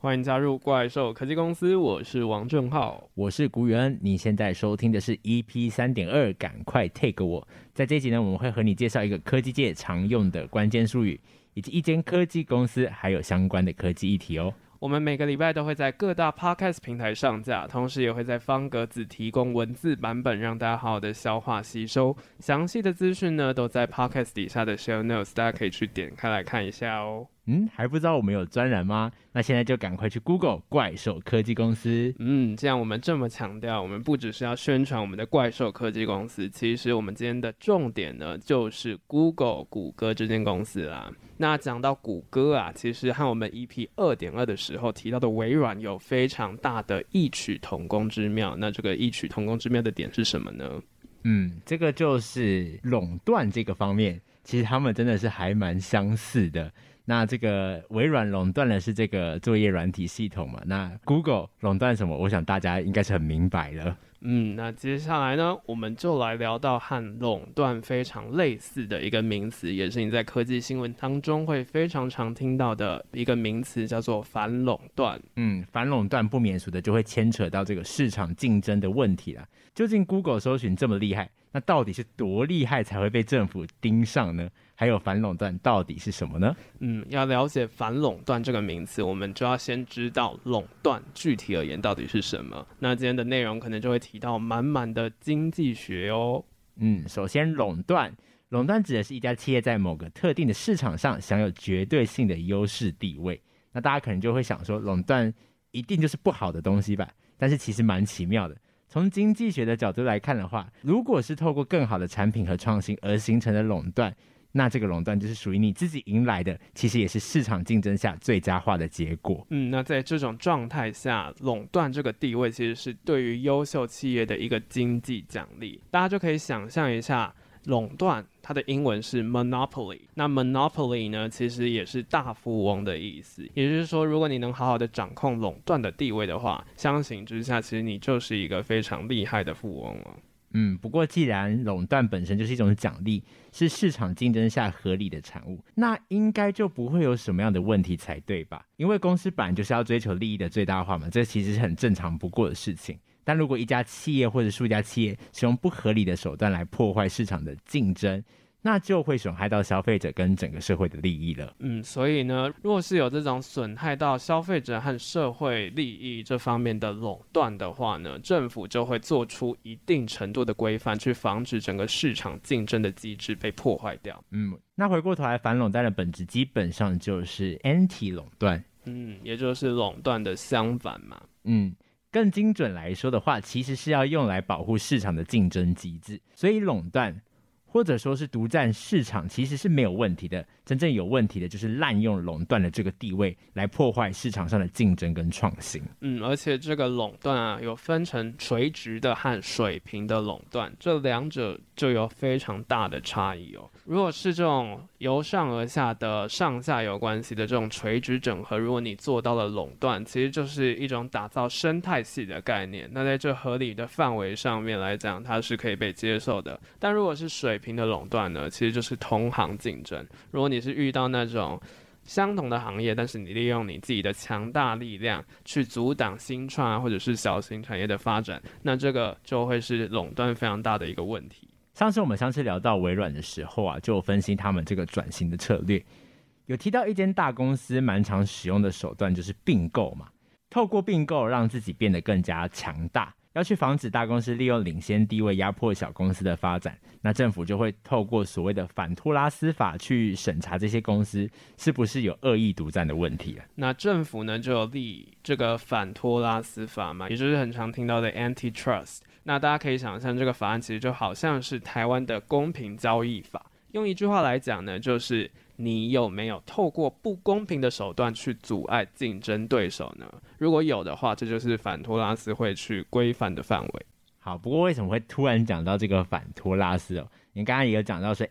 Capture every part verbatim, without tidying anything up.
欢迎加入怪兽科技公司，我是王正浩， 我是古元。你现在收听的是 E P 三点二，赶快 take 我。在这一集呢，我们会和你介绍一个科技界常用的关键术语，以及一间科技公司还有相关的科技议题哦。 我们每个礼拜都会在各大 podcast 平台上架，同时也会在方格子提供文字版本，让大家好好的消化吸收。详细的资讯呢，都在 podcast 底下的 show notes， 大家可以去点开来看一下哦。 嗯，还不知道我们有专栏吗？那现在就赶快去 Google 怪兽科技公司。 嗯，既然我们这么强调，我们不只是要宣传我们的怪兽科技公司，其实我们今天的重点呢，就是 Google 谷歌这间公司啦。那讲到谷歌啊，其实和我们 E P 二点二 的时候提到的微软有非常大的异曲同工之妙。那这个异曲同工之妙的点是什么呢？ 嗯，这个就是垄断这个方面，其实他们真的是还蛮相似的。那这个微软垄断的是这个作业软体系统嘛，那 Google 垄断什么，我想大家应该是很明白了。 嗯，那接下来呢，我们就来聊到和垄断非常类似的一个名词，也是你在科技新闻当中会非常常听到的一个名词，叫做反垄断。 嗯，反垄断不免俗的就会牵扯到这个市场竞争的问题啦。究竟 Google 搜寻这么厉害，那到底是多厉害才会被政府盯上呢？还有反垄断到底是什么呢？ 嗯，要了解反垄断这个名词，我们就要先知道垄断具体而言到底是什么。那今天的内容可能就会提到满满的经济学哦。 嗯，首先垄断，垄断指的是一家企业在某个特定的市场上享有绝对性的优势地位。那大家可能就会想说，垄断一定就是不好的东西吧？但是其实蛮奇妙的。从经济学的角度来看的话，如果是透过更好的产品和创新而形成的垄断，那这个垄断就是属于你自己赢来的，其实也是市场竞争下最佳化的结果。 嗯，那在这种状态下，垄断这个地位其实是对于优秀企业的一个经济奖励。大家就可以想象一下，垄断它的英文是 monopoly， 那 monopoly 呢其实也是大富翁的意思，也就是说，如果你能好好的掌控垄断的地位的话，相形之下，其实你就是一个非常厉害的富翁了。 嗯，不过既然垄断本身就是一种奖励，是市场竞争下合理的产物，那应该就不会有什么样的问题才对吧？因为公司本来就是要追求利益的最大化嘛，这其实是很正常不过的事情。但如果一家企业或者数家企业使用不合理的手段来破坏市场的竞争，那就会损害到消费者跟整个社会的利益了。 嗯，所以呢，若是有这种损害到消费者和社会利益这方面的垄断的话呢，政府就会做出一定程度的规范，去防止整个市场竞争的机制被破坏掉。 嗯，那回过头来，反垄断的本质基本上就是 anti 垄断， 嗯，也就是垄断的相反嘛。 嗯。更精准来说的话，其实是要用来保护市场的竞争机制，所以垄断或者说是独占市场其实是没有问题的，真正有问题的就是滥用垄断的这个地位来破坏市场上的竞争跟创新。 嗯，而且这个垄断啊有分成垂直的和水平的垄断，这两者就有非常大的差异哦。如果是这种由上而下的上下游关系的这种垂直整合，如果你做到了垄断，其实就是一种打造生态系的概念。那在这合理的范围上面来讲，它是可以被接受的。但如果是水平的垄断呢，其实就是同行竞争。如果你是遇到那种相同的行业，但是你利用你自己的强大力量去阻挡新创啊，或者是小型产业的发展，那这个就会是垄断非常大的一个问题。 上次我们上次聊到微软的时候啊，就分析他们这个转型的策略，有提到一间大公司蛮常使用的手段就是并购嘛，透过并购让自己变得更加强大，要去防止大公司利用领先地位压迫小公司的发展，那政府就会透过所谓的反托拉斯法去审查这些公司是不是有恶意独占的问题啊。 那政府呢就有立这个反托拉斯法嘛，也就是很常听到的 antitrust。那大家可以想象，这个法案其实就好像是台湾的公平交易法。用一句话来讲呢，就是你有没有透过不公平的手段去阻碍竞争对手呢？如果有的话，这就是反托拉斯会去规范的范围。 好，不过为什么会突然讲到这个反托拉斯哦？你刚刚也有讲到是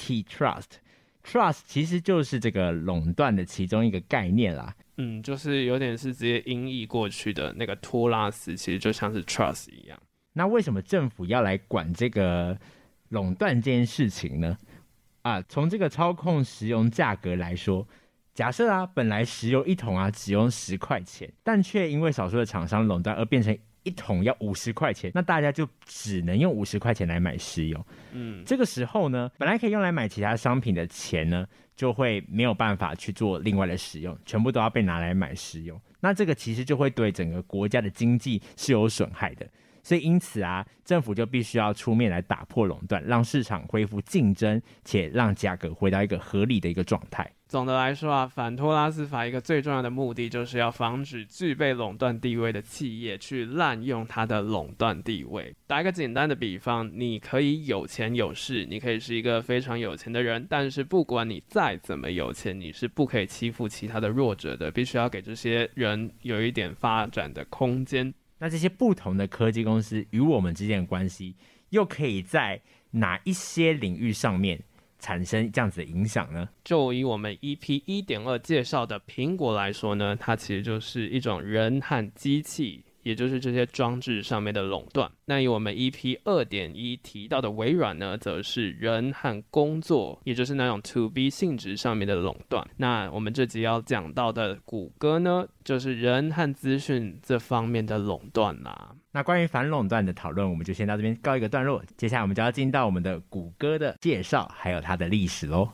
antitrust，trust 其实就是这个垄断的其中一个概念啦。 嗯，就是有点是直接音译过去的那个托拉斯，其实就像是 trust 一样。 那为什么政府要来管这个垄断这件事情呢？啊，从这个操控石油价格来说， 假设啊，本来石油一桶啊只用十块钱，但却因为少数的厂商垄断而变成一桶要五十块钱，那大家就只能用五十块钱来买石油。嗯，这个时候呢，本来可以用来买其他商品的钱呢，就会没有办法去做另外的使用，全部都要被拿来买石油。那这个其实就会对整个国家的经济是有损害的。所以因此啊，政府就必须要出面来打破垄断，让市场恢复竞争，且让价格回到一个合理的一个状态。 总的来说啊，反托拉斯法一个最重要的目的就是要防止具备垄断地位的企业去滥用它的垄断地位。打一个简单的比方，你可以有钱有势，你可以是一个非常有钱的人，但是不管你再怎么有钱，你是不可以欺负其他的弱者的，必须要给这些人有一点发展的空间。 那这些不同的科技公司与我们之间的关系，又可以在哪一些领域上面产生这样子的影响呢？ 就以我们 E P 一点二 介绍的苹果来说呢，它其实就是一种人和机器，也就是这些装置上面的垄断。那以我们 E P 二点一 提到的微软呢，则是人和工作，也就是那种 To B 性质上面的垄断。那我们这集要讲到的谷歌呢，就是人和资讯这方面的垄断啦。 那关于反垄断的讨论，我们就先到这边告一个段落。接下来我们就要进到我们的谷歌的介绍，还有它的历史咯。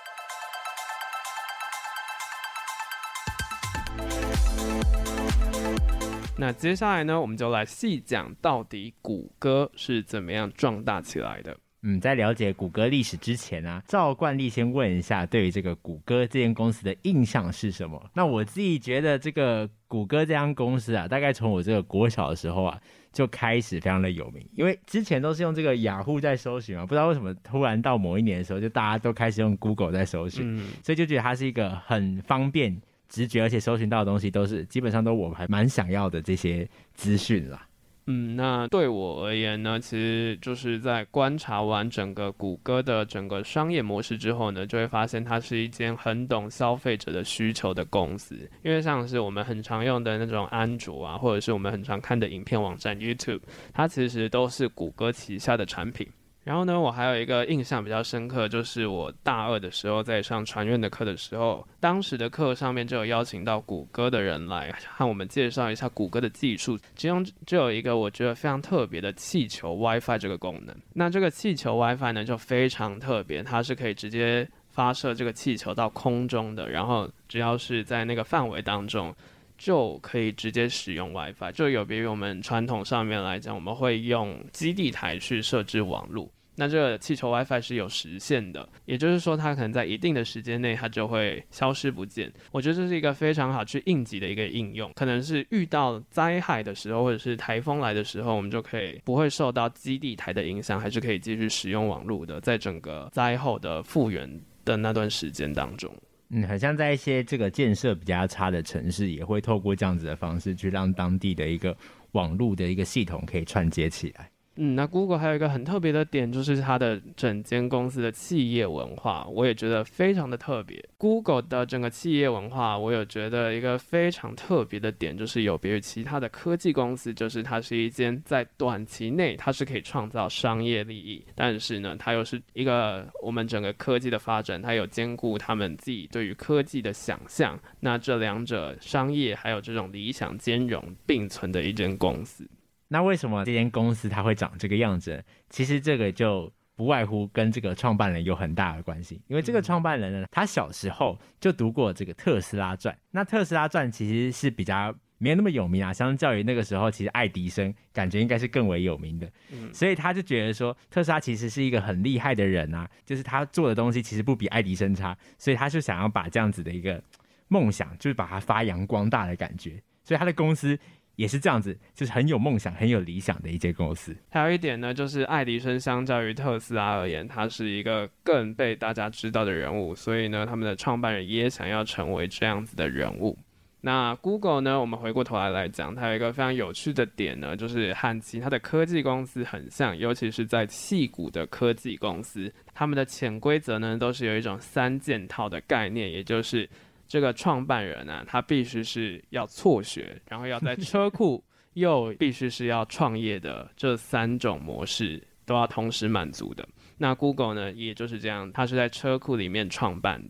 那接下来呢，我们就来细讲到底谷歌是怎么样壮大起来的。 嗯，在了解谷歌历史之前啊，照惯例先问一下，对于这个谷歌这间公司的印象是什么？那我自己觉得这个谷歌这家公司啊，大概从我这个国小的时候啊，就开始非常的有名，因为之前都是用这个雅虎在搜寻嘛，不知道为什么突然到某一年的时候，就大家都开始用 Google 在搜寻，嗯、所以就觉得它是一个很方便、直觉，而且搜寻到的东西都是基本上都我还蛮想要的这些资讯啦。 嗯，那对我而言呢，其实就是在观察完整个谷歌的整个商业模式之后呢，就会发现它是一间很懂消费者的需求的公司。因为像是我们很常用的那种安卓啊，或者是我们很常看的影片网站 YouTube， 它其实都是谷歌旗下的产品。然后呢，我还有一个印象比较深刻，就是我大二的时候在上传院的课的时候，当时的课上面就有邀请到谷歌的人来和我们介绍一下谷歌的技术，其中就有一个我觉得非常特别的气球 WiFi 这个功能。那这个气球 WiFi 呢就非常特别，它是可以直接发射这个气球到空中的，然后只要是在那个范围当中，就可以直接使用 WiFi， 就有别于我们传统上面来讲，我们会用基地台去设置网路。那这个气球 WiFi 是有时限的，也就是说它可能在一定的时间内它就会消失不见。我觉得这是一个非常好去应急的一个应用，可能是遇到灾害的时候或者是台风来的时候，我们就可以不会受到基地台的影响，还是可以继续使用网络的，在整个灾后的复原的那段时间当中。 嗯，很像在一些这个建设比较差的城市，也会透过这样子的方式去让当地的一个网络的一个系统可以串接起来。 嗯，那 Google 还有一个很特别的点，就是它的整间公司的企业文化，我也觉得非常的特别。Google 的整个企业文化，我有觉得一个非常特别的点，就是有别于其他的科技公司，就是它是一间在短期内它是可以创造商业利益，但是呢，它又是一个我们整个科技的发展，它有兼顾他们自己对于科技的想象，那这两者商业还有这种理想兼容并存的一间公司。 那为什么这间公司它会长这个样子呢？其实这个就不外乎跟这个创办人有很大的关系，因为这个创办人呢，他小时候就读过这个特斯拉传。那特斯拉传其实是比较没有那么有名啊，相较于那个时候，其实爱迪生感觉应该是更为有名的。嗯，所以他就觉得说，特斯拉其实是一个很厉害的人啊，就是他做的东西其实不比爱迪生差，所以他就想要把这样子的一个梦想，就是把它发扬光大的感觉。所以他的公司也是这样子，就是很有梦想很有理想的一间公司。 还有一点呢，就是爱迪生相较于特斯拉而言，他是一个更被大家知道的人物，所以呢他们的创办人也想要成为这样子的人物。那 Google 呢，我们回过头来来讲，它有一个非常有趣的点呢，就是和其他的科技公司很像，尤其是在矽谷的科技公司，他们的潜规则呢都是有一种三件套的概念，也就是这个创办人啊，他必须是要辍学，然后要在车库又必须是要创业的，这三种模式都要同时满足的。那 Google 呢，也就是这样，它是在车库里面创办的。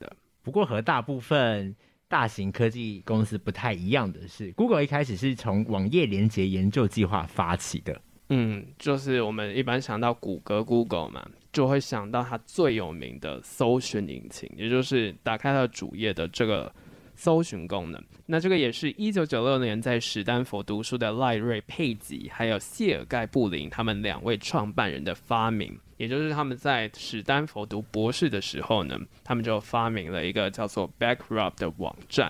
不过和大部分大型科技公司不太一样的是 ，Google 一开始是从网页连结研究计划发起的。 嗯，就是我们一般想到谷歌 Google 嘛，就会想到它最有名的搜寻引擎，也就是打开它的主页的这个搜寻功能。那这个也是一九九六年在史丹佛读书的赖瑞·佩吉还有谢尔盖·布林他们两位创办人的发明，也就是他们在史丹佛读博士的时候呢，他们就发明了一个叫做 Backrub 的网站。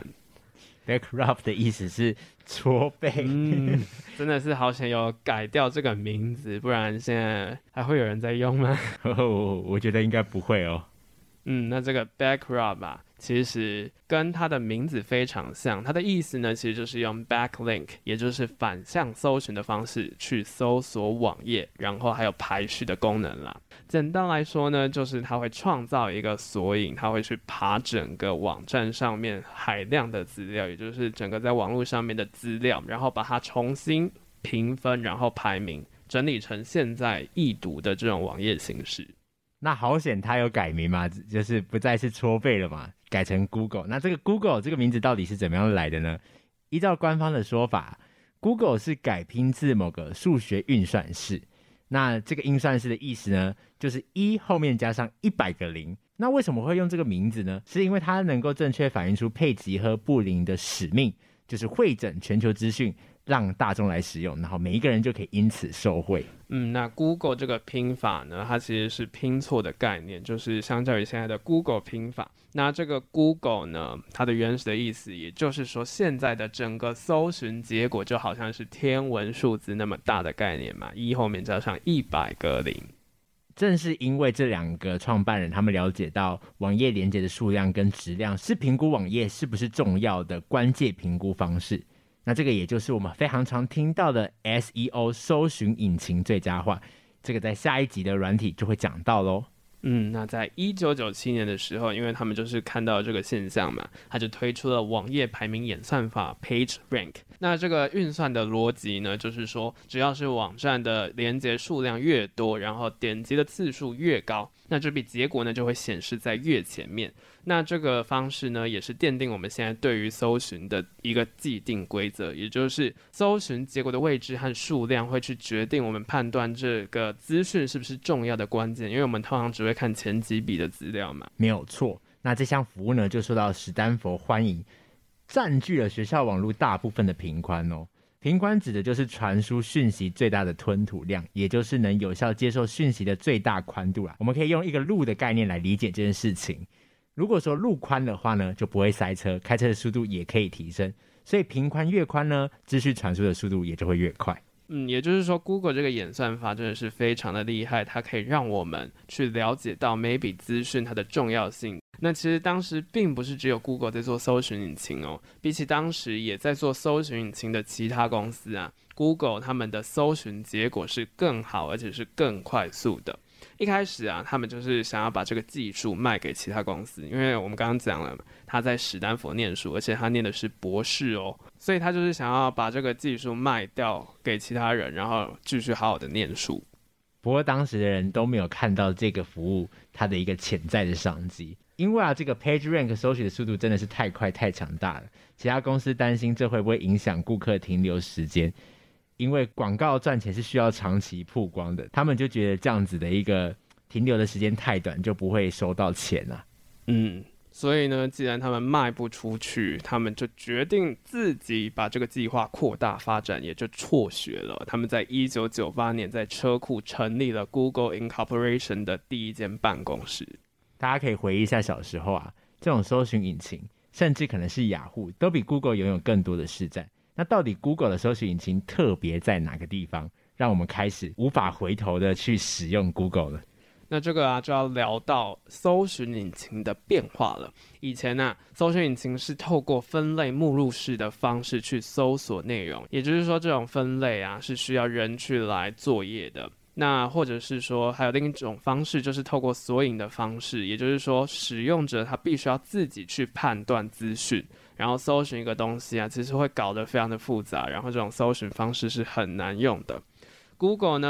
Backrub 的意思是搓背， 嗯，真的是好险有改掉这个名字，不然现在还会有人在用吗？ 我觉得应该不会哦。 嗯，那这个 backrub 啊，其实跟它的名字非常像，它的意思呢，其实就是用 backlink， 也就是反向搜寻的方式去搜索网页，然后还有排序的功能啦。简单来说呢，就是它会创造一个索引，它会去爬整个网站上面海量的资料，也就是整个在网络上面的资料，然后把它重新评分，然后排名，整理成现在易读的这种网页形式。 那好险它有改名嘛，就是不再是搓背了嘛，改成 Google。那这个 Google 这个名字到底是怎么样来的呢？依照官方的说法， Google 是改拼自某个数学运算式。那这个运算式的意思呢，就是一后面加上一百个零。那为什么会用这个名字呢？是因为它能够正确反映出佩吉和布林的使命，就是汇整全球资讯，让大众来使用，然后每一个人就可以因此受惠。 嗯，那 Google 这个拼法呢，它其实是拼错的概念，就是相较于现在的 Google 拼法。那这个 Google 呢，它的原始的意思，也就是说现在的整个搜寻结果就好像是天文数字那么大的概念嘛，一后面加上一百个零。 正是因为这两个创办人，他们了解到网页连结的数量跟质量是评估网页是不是重要的关键评估方式。那这个也就是我们非常常听到的 S E O 搜寻引擎最佳化，这个在下一集的软体就会讲到咯。 嗯，那在一九九七年的时候，因为他们就是看到这个现象嘛，他就推出了网页排名演算法 PageRank。那这个运算的逻辑呢，就是说只要是网站的连结数量越多，然后点击的次数越高，那这笔结果呢就会显示在越前面。那这个方式呢，也是奠定我们现在对于搜寻的一个既定规则，也就是搜寻结果的位置和数量会去决定我们判断这个资讯是不是重要的关键，因为我们通常只会看前几笔的资料嘛。 没有错。那这项服务呢，就受到史丹佛欢迎，占据了学校网络大部分的频宽哦。频宽指的就是传输讯息最大的吞吐量，也就是能有效接受讯息的最大宽度啦。我们可以用一个路的概念来理解这件事情。如果说路宽的话呢，就不会塞车，开车的速度也可以提升，所以频宽越宽呢，资讯传输的速度也就会越快。 嗯，也就是说 Google 这个演算法真的是非常的厉害，它可以让我们去了解到每笔资讯它的重要性。那其实当时并不是只有 Google 在做搜寻引擎哦，比起当时也在做搜寻引擎的其他公司啊， Google 他们的搜寻结果是更好而且是更快速的。一开始啊，他们就是想要把这个技术卖给其他公司，因为我们刚刚讲了，他在史丹佛念书，而且他念的是博士哦，所以他就是想要把这个技术卖掉给其他人，然后继续好好的念书。 不过当时的人都没有看到这个服务它的一个潜在的商机，因为啊，这个 PageRank 搜寻的速度真的是太快太强大了，其他公司担心这会不会影响顾客停留时间。因为广告赚钱是需要长期曝光的，他们就觉得这样子的一个停留的时间太短，就不会收到钱啊。 嗯，所以呢，既然他们卖不出去，他们就决定自己把这个计划扩大发展，也就辍学了。他们在一九九八年在车库成立了 Google Incorporation 的第一间办公室。 大家可以回忆一下小时候啊，这种搜寻引擎，甚至可能是雅虎，都比 Google 拥有更多的市占。那到底 Google 的搜寻引擎特别在哪个地方，让我们开始无法回头的去使用 Google 了？ 那这个啊，就要聊到搜寻引擎的变化了。以前啊，搜寻引擎是透过分类目录式的方式去搜索内容，也就是说，这种分类啊是需要人去来作业的。那或者是说，还有另一种方式，就是透过索引的方式，也就是说，使用者他必须要自己去判断资讯，然后搜寻一个东西啊，其实会搞得非常的复杂，然后这种搜寻方式是很难用的。Google 呢，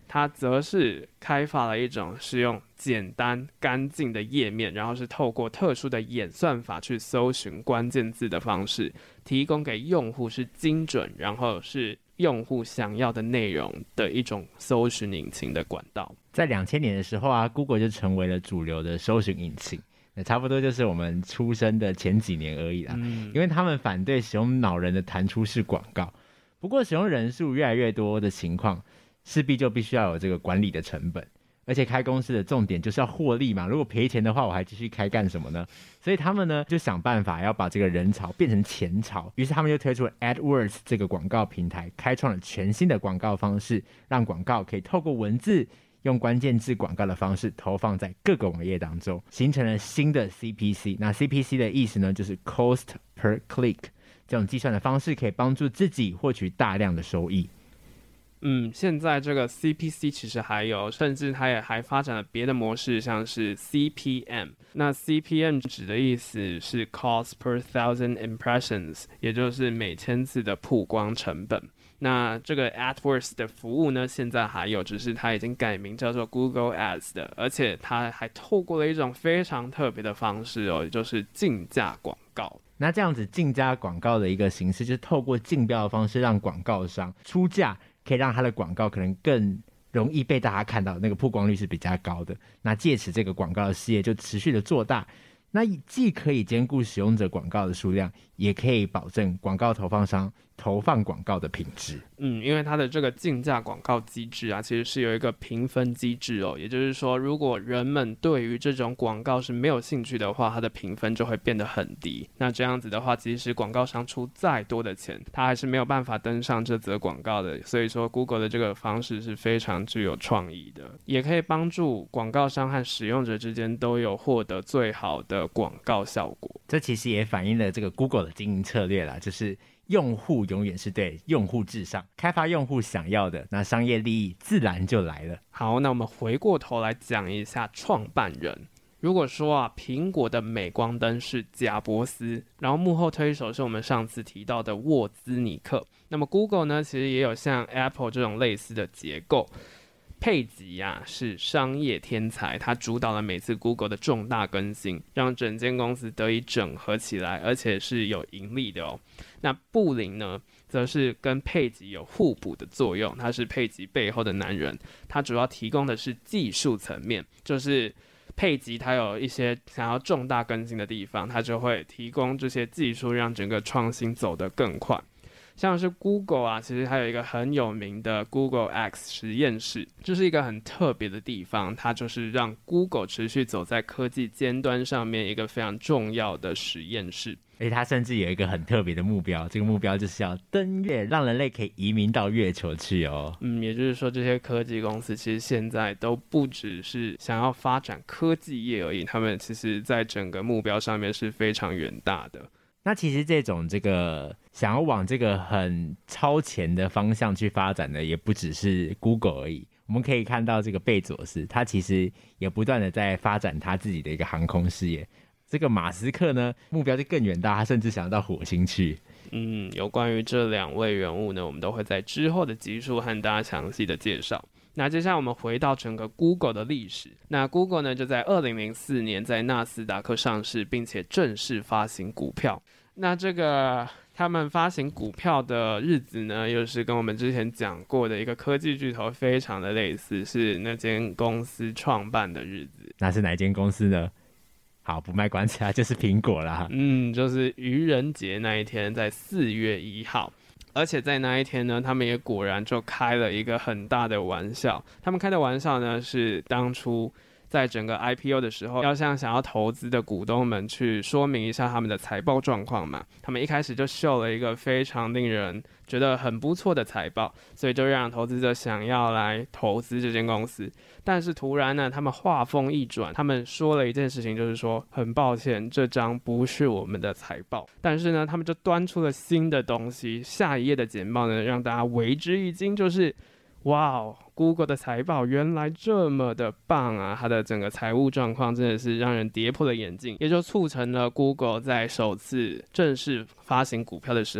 它则是开发了一种是用简单干净的页面，然后是透过特殊的演算法去搜寻关键字的方式，提供给用户是精准，然后是用户想要的内容的一种搜寻引擎的管道。 在两千年的时候啊 ，Google 就成为了主流的搜寻引擎。那差不多就是我们出生的前几年而已啦，嗯、因为他们反对使用恼人的弹出式广告。不过使用人数越来越多的情况，势必就必须要有这个管理的成本，而且开公司的重点就是要获利嘛。如果赔钱的话，我还继续开干什么呢？所以他们呢就想办法要把这个人潮变成钱潮，于是他们就推出了 AdWords 这个广告平台，开创了全新的广告方式，让广告可以透过文字用关键字广告的方式投放在各个网页当中，形成了新的 C P C。 那 C P C 的意思呢，就是 Cost per Click， 这种计算的方式可以帮助自己获取大量的收益。 嗯，现在这个 C P C 其实还有，甚至它也还发展了别的模式，像是 C P M。那 C P M 指的意思是 Cost per thousand impressions， 也就是每千次的曝光成本。那这个 AdWords 的服务呢，现在还有，只是它已经改名叫做 Google Ads 的，而且它还透过了一种非常特别的方式哦，也就是竞价广告。 那这样子竞价广告的一个形式，就是透过竞标的方式，让广告商出价，可以让他的广告可能更容易被大家看到，那个曝光率是比较高的。那借此这个广告的事业就持续的做大。那既可以兼顾使用者广告的数量，也可以保证广告投放商投放广告的品质。 嗯，因为它的这个竞价广告机制啊，其实是有一个评分机制哦。也就是说，如果人们对于这种广告是没有兴趣的话，它的评分就会变得很低。那这样子的话，即使广告商出再多的钱，它还是没有办法登上这则广告的。所以说 ，Google 的这个方式是非常具有创意的，也可以帮助广告商和使用者之间都有获得最好的广告效果。 这其实也反映了这个 Google 的经营策略啦，就是用户永远是对用户至上，开发用户想要的，那商业利益自然就来了。 好，那我们回过头来讲一下创办人。如果说啊，苹果的镁光灯是贾伯斯，然后幕后推手是我们上次提到的沃兹尼克，那么 Google 呢，其实也有像 Apple 这种类似的结构。佩吉啊是商业天才，他主导了每次 Google 的重大更新，让整间公司得以整合起来，而且是有盈利的哦。那布林呢，则是跟佩吉有互补的作用，他是佩吉背后的男人，他主要提供的是技术层面，就是佩吉他有一些想要重大更新的地方，他就会提供这些技术，让整个创新走得更快。像是 Google 啊，其实还有一个很有名的 Google X 实验室，这是一个很特别的地方，它就是让 Google 持续走在科技尖端上面一个非常重要的实验室。 而且它甚至有一个很特别的目标，这个目标就是要登月，让人类可以移民到月球去哦。 嗯，也就是说，这些科技公司其实现在都不只是想要发展科技业而已，他们其实在整个目标上面是非常远大的。 那其实这种这个想要往这个很超前的方向去发展的，也不只是 Google 而已。我们可以看到这个贝佐斯，他其实也不断的在发展他自己的一个航空事业。这个马斯克呢，目标就更远大，他甚至想要到火星去。 嗯，有关于这两位人物呢，我们都会在之后的集数和大家详细的介绍。那接下来我们回到整个 Google 的历史。那 Google 呢，就在二零零四年在纳斯达克上市，并且正式发行股票。那这个他们发行股票的日子呢，又是跟我们之前讲过的一个科技巨头非常的类似，是那间公司创办的日子。 那是哪一间公司呢？好，不卖关子啊，就是苹果啦。 嗯，就是愚人节那一天，在四月一号。而且在那一天呢，他们也果然就开了一个很大的玩笑。他们开的玩笑呢，是当初在整个 I P O 的时候，要向想要投资的股东们去说明一下他们的财报状况嘛。他们一开始就秀了一个非常令人觉得很不错的财报，所以就让投资者想要来投资这间公司。但是突然呢，他们话锋一转，他们说了一件事情，就是说很抱歉，这张不是我们的财报。但是呢，他们就端出了新的东西，下一页的简报呢，让大家为之一惊，就是哇哦 ，Google 的财报原来这么的棒啊！它的整个财务状况真的是让人跌破了眼镜，也就促成了 Google 在首次正式发行股票的时候，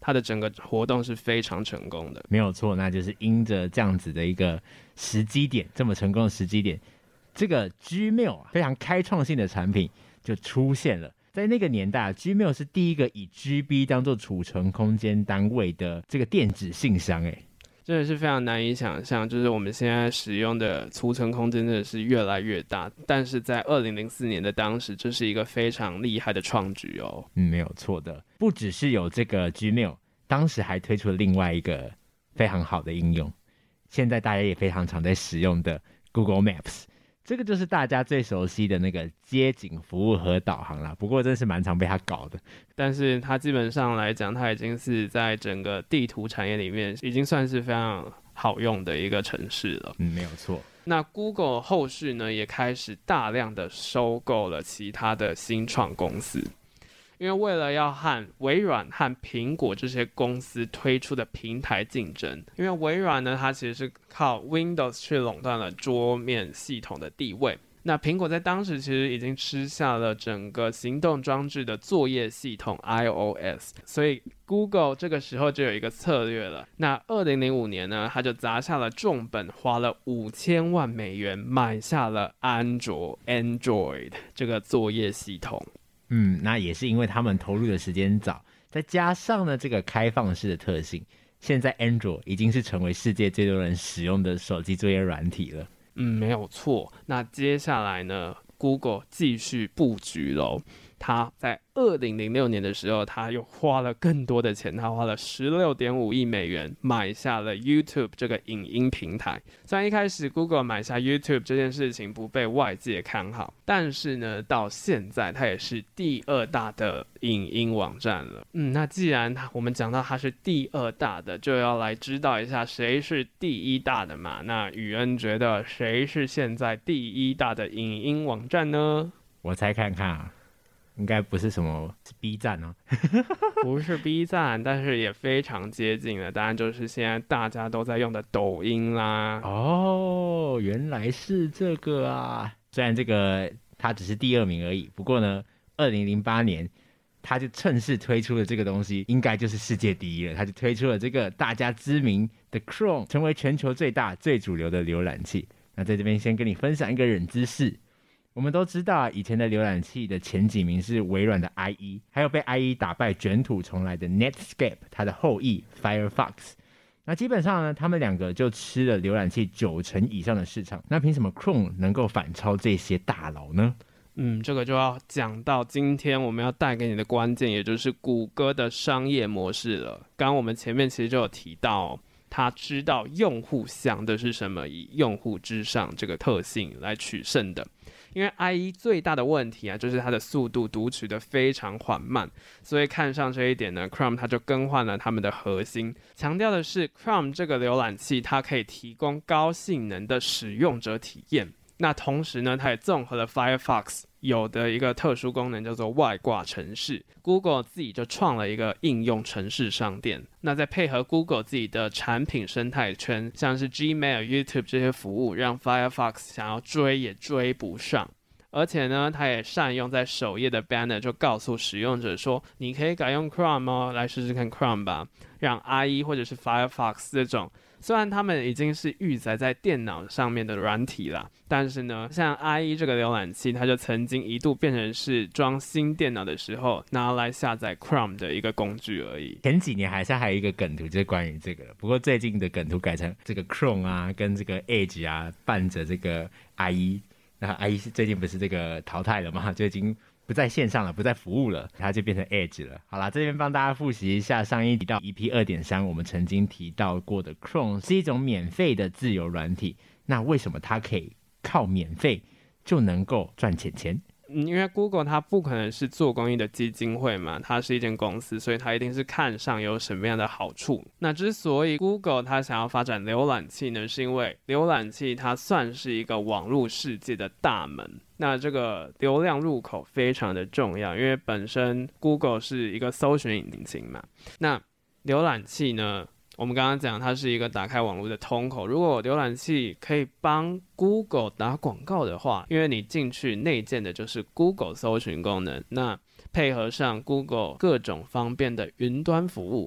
它的整个活动是非常成功的。 没有错，那就是因着这样子的一个时机点，这么成功的时机点，这个 Gmail 啊，非常开创性的产品就出现了。在那个年代 Gmail 是第一个以 G B 当做储存空间单位的这个电子信箱，哎， 真的是非常难以想象，就是我们现在使用的储存空间真的是越来越大，但是在二零零四年的当时，这是一个非常厉害的创举哦。 嗯，没有错的，不只是有这个 Gmail， 当时还推出了另外一个非常好的应用，现在大家也非常常在使用的 Google Maps。这个就是大家最熟悉的那个街景服务和导航啦，不过真是蛮常被他搞的。 但是它基本上来讲，它已经是在整个地图产业里面，已经算是非常好用的一个城市了。 嗯，没有错。 那 Google 后续呢，也开始大量的收购了其他的新创公司。因为为了要和微软和苹果这些公司推出的平台竞争，因为微软呢，它其实是靠 Windows 去垄断了桌面系统的地位。那苹果在当时其实已经吃下了整个行动装置的作业系统 iOS， 所以 Google 这个时候就有一个策略了。那二零零五年呢，它就砸下了重本，花了五千万美元买下了安卓 Android 这个作业系统。 嗯，那也是因为他们投入的时间早，再加上呢这个开放式的特性，现在 Android 已经是成为世界最多人使用的手机作业软体了。 嗯，没有错。那接下来呢 ，Google 继续布局喽。他在二零零六年的时候，他又花了更多的钱，他花了十六点五亿美元买下了 YouTube 这个影音平台。虽然一开始 Google 买下 YouTube 这件事情不被外界看好，但是呢，到现在它也是第二大的影音网站了。嗯，那既然我们讲到它是第二大的，就要来知道一下谁是第一大的嘛。那宇恩觉得谁是现在第一大的影音网站呢？ 我猜看看啊。应该不是什么是 B 站哦， 不是 B 站，但是也非常接近了。当然就是现在大家都在用的抖音啦。 哦，原来是这个啊！虽然这个它只是第二名而已，不过呢，二零零八年他就趁势推出了这个东西，应该就是世界第一了。他就推出了这个大家知名的 Chrome， 成为全球最大、最主流的浏览器。那在这边先跟你分享一个冷知识。我们都知道啊，以前的浏览器的前几名是微软的 I E， 还有被 I E 打败卷土重来的 Netscape， 它的后裔 Firefox。那基本上呢，他们两个就吃了浏览器九成以上的市场。那凭什么 Chrome 能够反超这些大佬呢？ 嗯，这个就要讲到今天我们要带给你的关键，也就是谷歌的商业模式了。刚刚我们前面其实就有提到哦，他知道用户想的是什么，以用户至上这个特性来取胜的。因为 I E 最大的问题啊，就是它的速度读取的非常缓慢，所以看上这一点呢 ，Chrome 它就更换了他们的核心，强调的是 Chrome 这个浏览器它可以提供高性能的使用者体验。那同时呢，它也综合了 Firefox 有的一个特殊功能，叫做外挂程式。Google 自己就创了一个应用程式商店。那再配合 Google 自己的产品生态圈，像是 Gmail、YouTube 这些服务，让 Firefox 想要追也追不上。而且呢，它也善用在首页的 banner， 就告诉使用者说，你可以改用 Chrome 哦，来试试看 Chrome 吧。让 I E 或者是 Firefox 这种，虽然他们已经是预载在电脑上面的软体啦，但是呢，像 I E 这个浏览器，它就曾经一度变成是装新电脑的时候拿来下载 Chrome 的一个工具而已。 前几年还是还有一个梗图，就是关于这个，不过最近的梗图改成这个 Chrome 啊，跟这个 Edge 啊，伴着这个 I E。那 I E 是最近不是这个淘汰了吗？就已经不在线上了，不再服务了，它就变成 Edge 了。好啦，这边帮大家复习一下上一提到 E P 二点三， 我们曾经提到过的 Chrome 是一种免费的自由软体。那为什么它可以靠免费就能够赚钱钱？ 嗯，因为 Google 它不可能是做公益的基金会嘛，它是一间公司，所以它一定是看上有什么样的好处。那之所以 Google 它想要发展浏览器呢，是因为浏览器它算是一个网络世界的大门。那这个流量入口非常的重要，因为本身 Google 是一个搜寻引擎嘛。那浏览器呢，我们刚刚讲它是一个打开网络的通口，如果浏览器可以帮 Google 打广告的话，因为你进去内建的就是 Google 搜寻功能，那配合上 Google 各种方便的云端服务，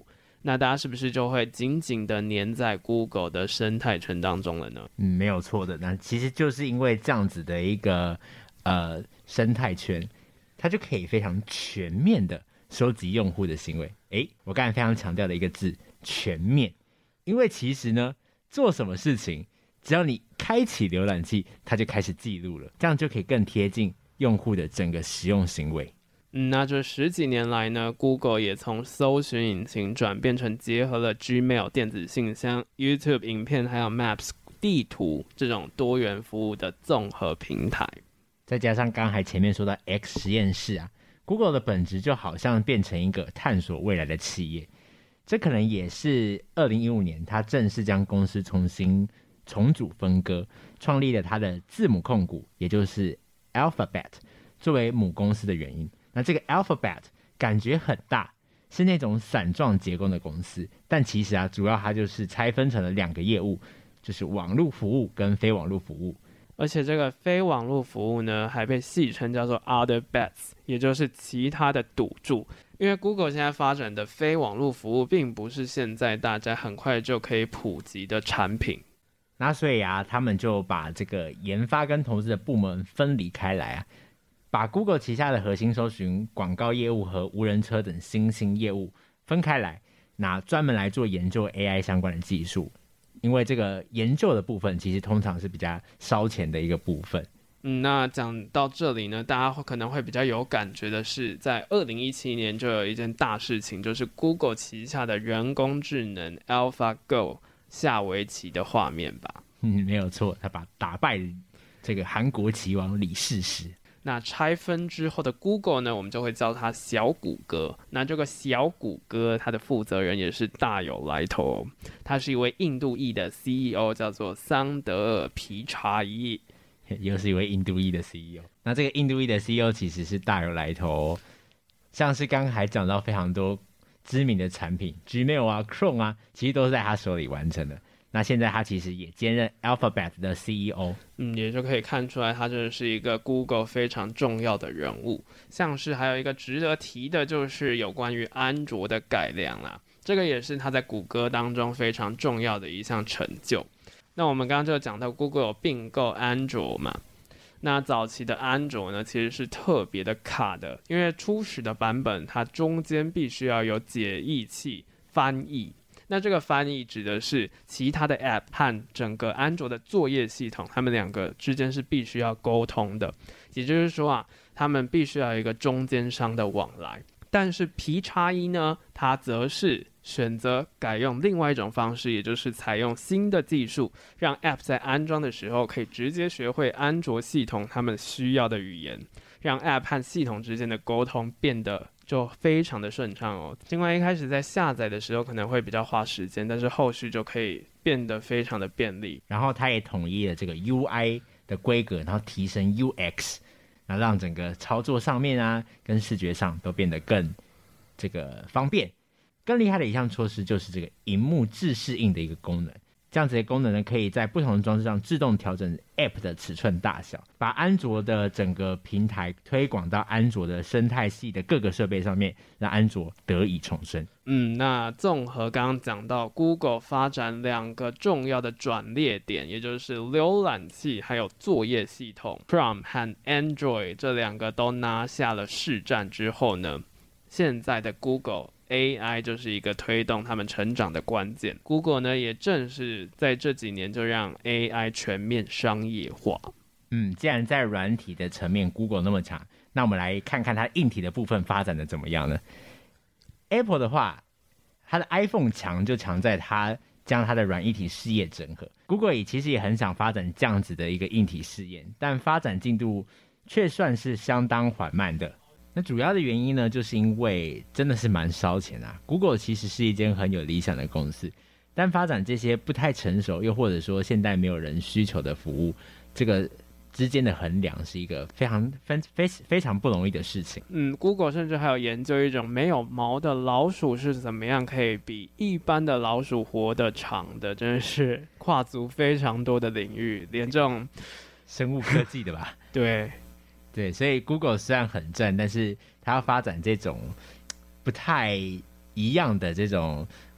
那大家是不是就会紧紧的黏在 Google 的生态圈当中了呢？ 嗯，没有错的。那其实就是因为这样子的一个呃生态圈，它就可以非常全面的收集用户的行为。诶，我刚才非常强调的一个字，全面。因为其实呢，做什么事情，只要你开启浏览器，它就开始记录了，这样就可以更贴近用户的整个使用行为。 嗯，那这十几年来呢 ，Google 也从搜寻引擎转变成结合了 Gmail 电子信箱、YouTube 影片还有 Maps 地图这种多元服务的综合平台。 再加上刚才前面说到 X 实验室啊 ，Google 的本质就好像变成一个探索未来的企业。这可能也是二零一五年他正式将公司重新重组分割，创立了他的字母控股，也就是 Alphabet 作为母公司的原因。那这个 Alphabet 感觉很大，是那种伞状结构的公司，但其实啊，主要它就是拆分成了两个业务，就是网络服务跟非网络服务。 而且这个非网络服务呢，还被戏称叫做 Other Bets， 也就是其他的赌注。因为 Google 现在发展的非网络服务，并不是现在大家很快就可以普及的产品。 那所以啊，他们就把这个研发跟投资的部门分离开来啊，把 Google 旗下的核心搜寻、广告业务和无人车等新兴业务分开来，那专门来做研究 A I 相关的技术。因为这个研究的部分其实通常是比较烧钱的一个部分。 嗯，那讲到这里呢，大家可能会比较有感觉的是，在二零一七年就有一件大事情，就是 Google 旗下的人工智能 AlphaGo 下围棋的画面吧。 嗯，没有错，他把打败这个韩国棋王李世石。 那拆分之后的 Google 呢，我们就会叫它小谷歌。那这个小谷歌，它的负责人也是大有来头哦，他是一位印度裔的 C E O， 叫做桑德尔皮查伊， 又是一位印度裔的 C E O。那这个印度裔的 C E O 其实是大有来头哦，像是刚才讲到非常多知名的产品 ，Gmail 啊、Chrome 啊，其实都是在他手里完成的。那现在他其实也兼任 Alphabet 的 C E O， 嗯，也就可以看出来他真的是一个 Google 非常重要的人物。像是还有一个值得提的，就是有关于安卓的改良啦，这个也是他在谷歌当中非常重要的一项成就。那我们刚刚就讲到 Google 有并购安卓嘛，那早期的安卓呢，其实是特别的卡的，因为初始的版本它中间必须要有解译器翻译。那这个翻译指的是其他的 App 和整个安卓的作业系统，他们两个之间是必须要沟通的，也就是说啊，他们必须要有一个中间商的往来。但是皮查伊呢，他则是选择改用另外一种方式，也就是采用新的技术，让 App 在安装的时候可以直接学会安卓系统他们需要的语言，让 App 和系统之间的沟通变得就非常的顺畅哦。尽管一开始在下载的时候可能会比较花时间，但是后续就可以变得非常的便利。 然后它也统一了这个 U I 的规格，然后提升 U X， 然后让整个操作上面啊跟视觉上都变得更这个方便。更厉害的一项措施就是这个萤幕自适应的一个功能。这样子的功能呢，可以在不同的装置上自动调整 App 的尺寸大小，把安卓的整个平台推广到安卓的生态系的各个设备上面，让安卓得以重生。 嗯，那综合刚刚讲到 Google 发展两个重要的转捩点，也就是浏览器还有作业系统 Chrome 和 Android 这两个都拿下了市占之后呢，现在的 Google A I 就是一个推动他们成长的关键。Google 呢，也正是在这几年就让 A I 全面商业化。 嗯，既然在软体的层面 Google 那么强，那我们来看看它硬体的部分发展的怎么样呢？ Apple 的话，它的 iPhone 强就强在它将它的软硬体事业整合。Google 也其实也很想发展这样子的一个硬体试验，但发展进度却算是相当缓慢的。那主要的原因呢，就是因为真的是蛮烧钱啊。Google 其实是一间很有理想的公司，但发展这些不太成熟，又或者说现在没有人需求的服务，这个之间的衡量是一个非常非非非常不容易的事情。 嗯 ，Google 甚至还有研究一种没有毛的老鼠是怎么样可以比一般的老鼠活得长的，真的是跨足非常多的领域，连这种生物科技的吧？ 对。 对，所以 Google 虽然很正，但是它要发展这种不太一样的这种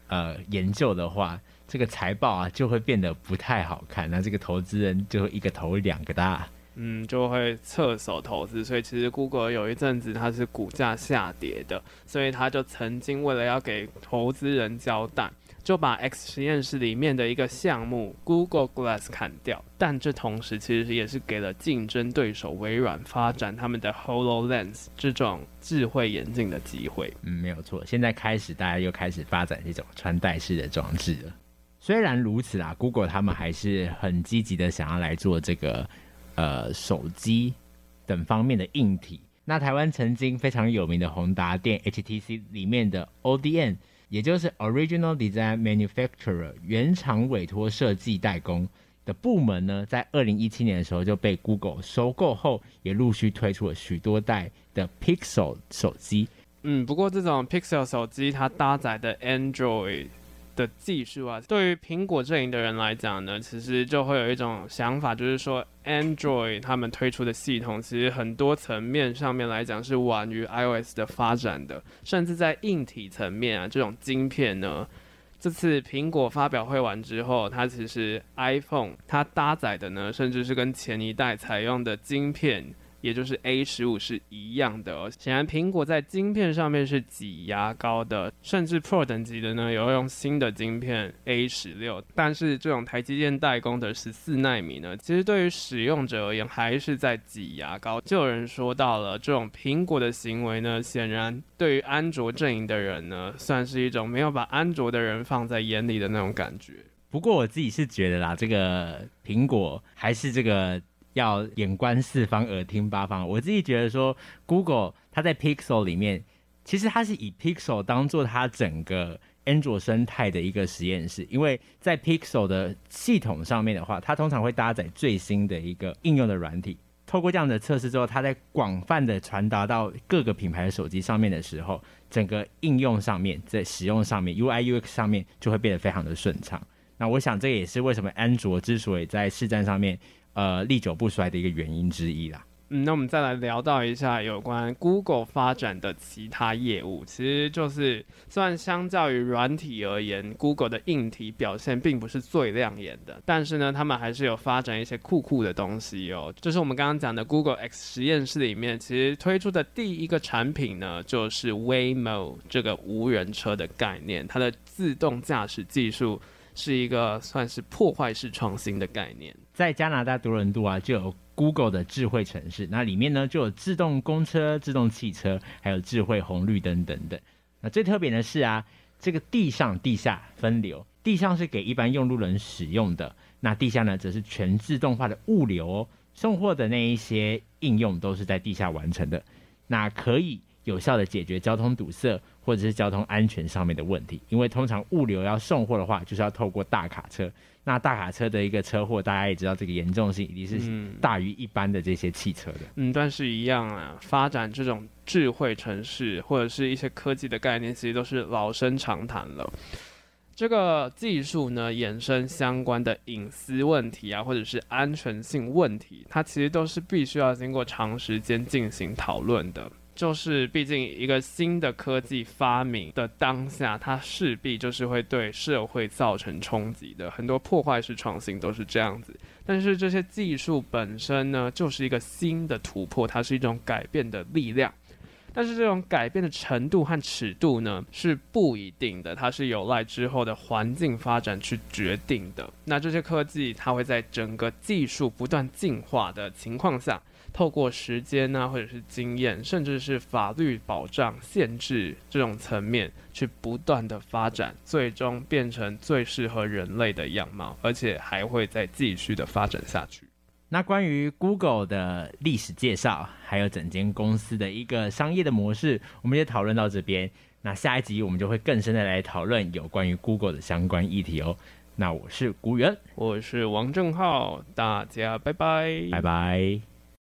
呃研究的话，这个财报啊就会变得不太好看，那这个投资人就会一个头两个大。 嗯，就会侧手投资，所以其实 Google 有一阵子它是股价下跌的，所以他就曾经为了要给投资人交代，就把 X 实验室里面的一个项目 Google Glass 砍掉，但这同时其实也是给了竞争对手微软发展他们的 HoloLens 这种智慧眼镜的机会。 嗯，没有错，现在开始大家又开始发展这种穿戴式的装置了。虽然如此啦 ，Google 他们还是很积极的想要来做这个呃手机等方面的硬体。那台湾曾经非常有名的宏达电 H T C 里面的 O D M， 也就是 Original Design Manufacturer 原厂委托设计代工的部门呢，在二零一七年的时候就被 Google 收购后，也陆续推出了许多代的 Pixel 手机。 嗯，不过这种 Pixel 手机它搭载的 Android的技术啊，对于苹果阵营的人来讲呢，其实就会有一种想法，就是说 Android 他们推出的系统，其实很多层面上面来讲是晚于 iOS 的发展的，甚至在硬体层面啊，这种晶片呢，这次苹果发表会完之后，它其实 iPhone 它搭载的呢，甚至是跟前一代采用的晶片，也就是 A 十五 是一样的哦。显然苹果在晶片上面是挤牙膏的，甚至 Pro 等级的呢有用新的晶片 A 十六， 但是这种台积电代工的十四奈米呢，其实对于使用者而言还是在挤牙膏。就有人说到了，这种苹果的行为呢，显然对于安卓阵营的人呢，算是一种没有把安卓的人放在眼里的那种感觉。 不过我自己是觉得啦，这个苹果还是这个要眼观四方，耳听八方。我自己觉得说 ，Google 它在 Pixel 里面，其实它是以 Pixel 当做它整个 Android 生态的一个实验室，因为在 Pixel 的系统上面的话，它通常会搭载最新的一个应用的软体。透过这样的测试之后，它在广泛的传达到各个品牌的手机上面的时候，整个应用上面，在使用上面 U I U X 上面就会变得非常的顺畅。那我想这也是为什么安卓之所以在市占上面呃历久不衰的一个原因之一啦。 嗯，那我们再来聊到一下有关 Google 发展的其他业务，其实就是虽然相较于软体而言 ，Google 的硬体表现并不是最亮眼的，但是呢，他们还是有发展一些酷酷的东西哦。就是我们刚刚讲的 Google X 实验室里面，其实推出的第一个产品呢，就是 Waymo 这个无人车的概念，它的自动驾驶技术是一个算是破坏式创新的概念。 在加拿大多伦多啊，就有 Google 的智慧城市，那里面呢就有自动公车、自动汽车，还有智慧红绿灯等等。那最特别的是啊，这个地上地下分流，地上是给一般用路人使用的，那地下呢则是全自动化的物流哦，送货的那一些应用都是在地下完成的，那可以有效的解决交通堵塞或者是交通安全上面的问题。因为通常物流要送货的话，就是要透过大卡车，那大卡车的一个车祸，大家也知道这个严重性一定是大于一般的这些汽车的。 嗯，但是一样啊，发展这种智慧城市或者是一些科技的概念，其实都是老生常谈了。这个技术呢，衍生相关的隐私问题啊，或者是安全性问题，它其实都是必须要经过长时间进行讨论的。就是毕竟一个新的科技发明的当下，它势必就是会对社会造成冲击的，很多破坏式创新都是这样子。但是这些技术本身呢，就是一个新的突破，它是一种改变的力量。但是这种改变的程度和尺度呢，是不一定的，它是有赖之后的环境发展去决定的。那这些科技它会在整个技术不断进化的情况下，透过时间啊，或者是经验，甚至是法律保障、限制这种层面，去不断的发展，最终变成最适合人类的样貌，而且还会再继续的发展下去。 那关于 Google 的历史介绍，还有整间公司的一个商业的模式，我们也讨论到这边。那下一集我们就会更深的来讨论有关于 Google 的相关议题哦。那我是古元， 我是王正浩，大家拜拜， 拜拜。